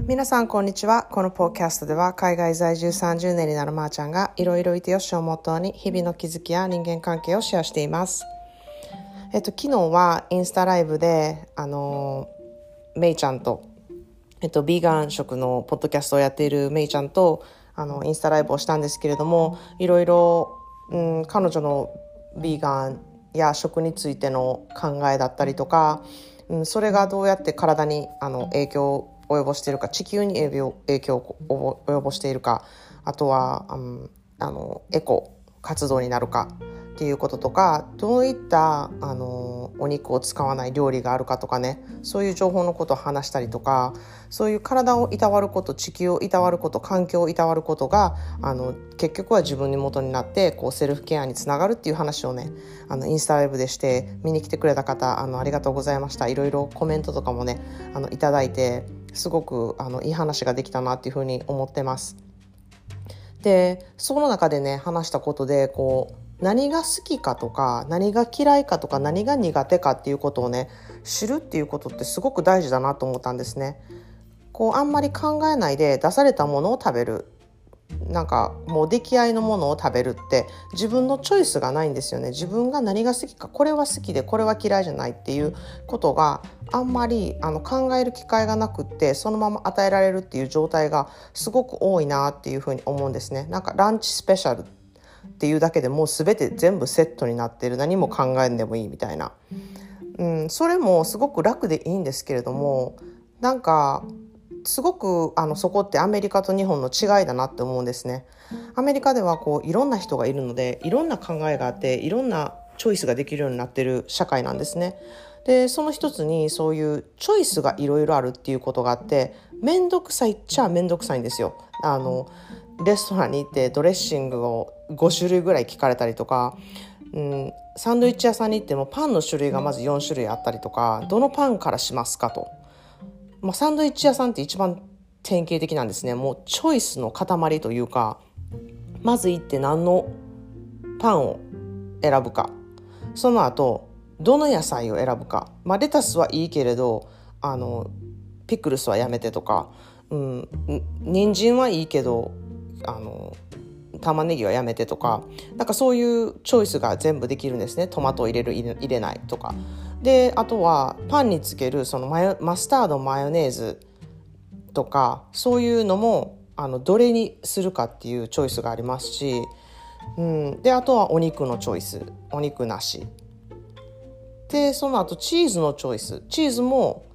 皆さんこんにちは。このポッドキャストでは海外在住30年になるまーちゃんがいろいろいてよしをモットーに日々の気づきや人間関係をシェアしています。昨日はインスタライブでメイちゃんとビーガン食のポッドキャストをやっているメイちゃんとインスタライブをしたんですけれども、いろいろ彼女のビーガンや食についての考えだったりとか、それがどうやって体に影響を及ぼしているか、地球に影響を及ぼしているか、あとはエコ活動になるかっていうこととか、どういったお肉を使わない料理があるかとかね、そういう情報のことを話したりとか、そういう体をいたわること、地球をいたわること、環境をいたわることが結局は自分に元になってセルフケアにつながるっていう話をね、インスタライブでして見に来てくれた方ありがとうございました。いろいろコメントとかもねいただいて、すごくいい話ができたなっていうふうに思ってます。でその中でね話したことで何が好きかとか何が嫌いかとか何が苦手かっていうことをね知るっていうことってすごく大事だなと思ったんですね。あんまり考えないで出されたものを食べる、なんかもう出来合いのものを食べるって自分のチョイスがないんですよね。自分が何が好きか、これは好きでこれは嫌いじゃないっていうことがあんまり考える機会がなくって、そのまま与えられるっていう状態がすごく多いなっていうふうに思うんですね。なんかランチスペシャルっていうだけでもう全て全部セットになってる、何も考えんでもいいみたいな、それもすごく楽でいいんですけれども、なんかすごくそこってアメリカと日本の違いだなって思うんですね。アメリカではいろんな人がいるので、いろんな考えがあっていろんなチョイスができるようになってる社会なんですね。でその一つにそういうチョイスがいろいろあるっていうことがあって、めんどくさいっちゃめんどくさいんですよ。レストランに行ってドレッシングを5種類ぐらい聞かれたりとか、サンドイッチ屋さんに行ってもパンの種類がまず4種類あったりとか、どのパンからしますかと、サンドイッチ屋さんって一番典型的なんですね。もうチョイスの塊というか、まず行って何のパンを選ぶか、その後どの野菜を選ぶか、レタスはいいけれどピクルスはやめてとか、人参はいいけど玉ねぎはやめてとか、なんかそういうチョイスが全部できるんですね。トマトを入れる入れないとかで、あとはパンにつけるそのマスタードマヨネーズとか、そういうのもどれにするかっていうチョイスがありますし、であとはお肉のチョイス、お肉なしで、その後チーズのチョイス、チーズも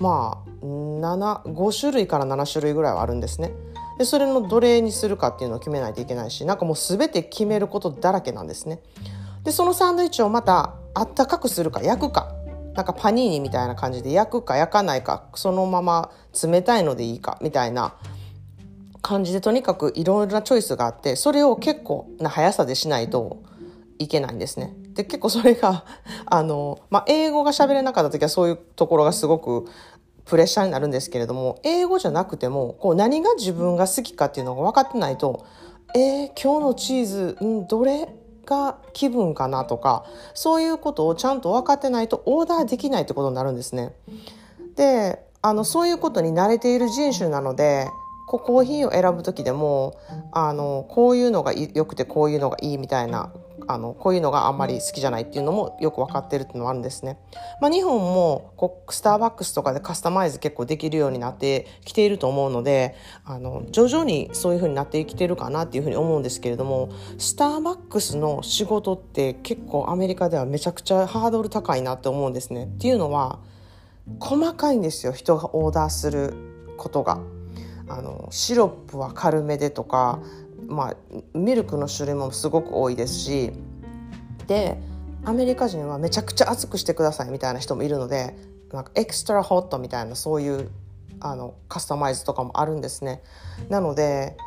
5種類から7種類ぐらいはあるんですね。でそれのどれにするかっていうのを決めないといけないし、なんかもう全て決めることだらけなんですね。でそのサンドイッチをまたあったかくするか焼くか、なんかパニーニみたいな感じで焼くか焼かないか、そのまま冷たいのでいいかみたいな感じで、とにかくいろいろなチョイスがあって、それを結構な速さでしないといけないんですね。で結構それが英語が喋れなかった時はそういうところがすごくプレッシャーになるんですけれども、英語じゃなくても何が自分が好きかっていうのが分かってないと、今日のチーズ、どれが気分かなとか、そういうことをちゃんと分かってないとオーダーできないってことになるんですね。でそういうことに慣れている人種なので、コーヒーを選ぶ時でもこういうのが良くてこういうのがいいみたいな、こういうのがあんまり好きじゃないっていうのもよく分かってるっていうのはあるんですね。日本もスターバックスとかでカスタマイズ結構できるようになってきていると思うので、徐々にそういう風になってきてるかなっていう風に思うんですけれども、スターバックスの仕事って結構アメリカではめちゃくちゃハードル高いなって思うんですね。っていうのは細かいんですよ、人がオーダーすることが。シロップは軽めでとか、ミルクの種類もすごく多いですし、でアメリカ人はめちゃくちゃ熱くしてくださいみたいな人もいるので、なんかエクストラホットみたいな、そういうカスタマイズとかもあるんですね。なの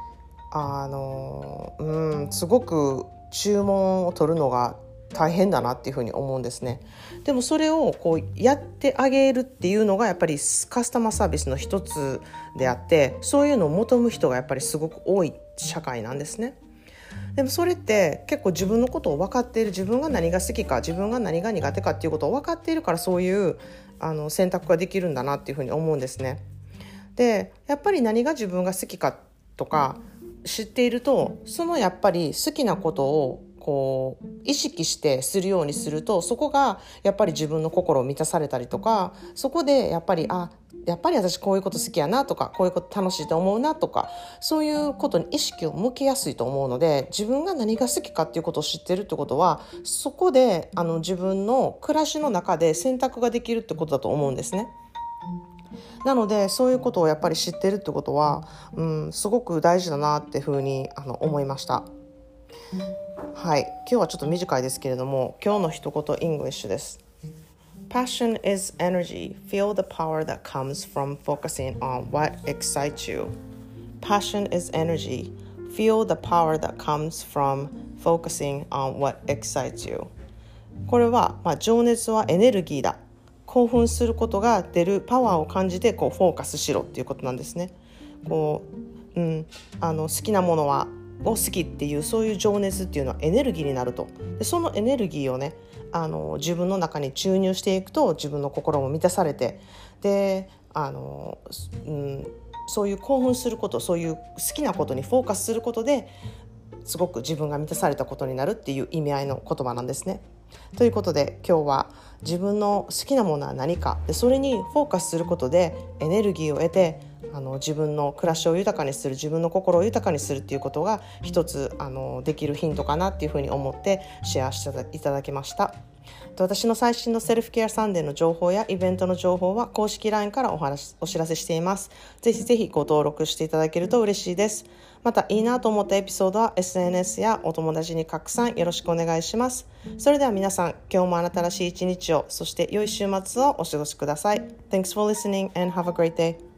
ですごく注文を取るのが大変だなっていうふうに思うんですね。でもそれをやってあげるっていうのがやっぱりカスタマーサービスの一つであって、そういうのを求む人がやっぱりすごく多い社会なんですね。でもそれって結構自分のことを分かっている、自分が何が好きか自分が何が苦手かっていうことを分かっているから、そういう選択ができるんだなっていうふうに思うんですね。 でやっぱり何が自分が好きかとか知っていると、そのやっぱり好きなことをこう意識してするようにすると、そこがやっぱり自分の心を満たされたりとか、そこでやっぱり私こういうこと好きやなとか、こういうこと楽しいと思うなとか、そういうことに意識を向けやすいと思うので、自分が何が好きかっていうことを知ってるってことは、そこで自分の暮らしの中で選択ができるってことだと思うんですね。なのでそういうことをやっぱり知ってるってことは、すごく大事だなっていうふうに思いました。はい、今日はちょっと短いですけれども、今日の一言イングリッシュです。Passion is energy. Feel the power that comes from focusing on what excites you. Passion is energy. Feel the power that comes from focusing on what excites you. これは、情熱はエネルギーだ。興奮することが出るパワーを感じてフォーカスしろっていうことなんですね。好きなものを好きっていう、そういう情熱っていうのはエネルギーになると。でそのエネルギーをね、自分の中に注入していくと、自分の心も満たされて、でそういう興奮すること、そういう好きなことにフォーカスすることですごく自分が満たされたことになるっていう意味合いの言葉なんですね。ということで今日は自分の好きなものは何かで、それにフォーカスすることでエネルギーを得て、自分の暮らしを豊かにする、自分の心を豊かにするっていうことが一つできるヒントかなっていうふうに思ってシェアしていただきました。私の最新のセルフケアサンデーの情報やイベントの情報は公式 LINE からお知らせしています。ぜひぜひご登録していただけると嬉しいです。またいいなと思ったエピソードは SNS やお友達に拡散よろしくお願いします。それでは皆さん、今日もあなたらしい一日を、そして良い週末をお過ごしください。Thanks for listening and have a great day.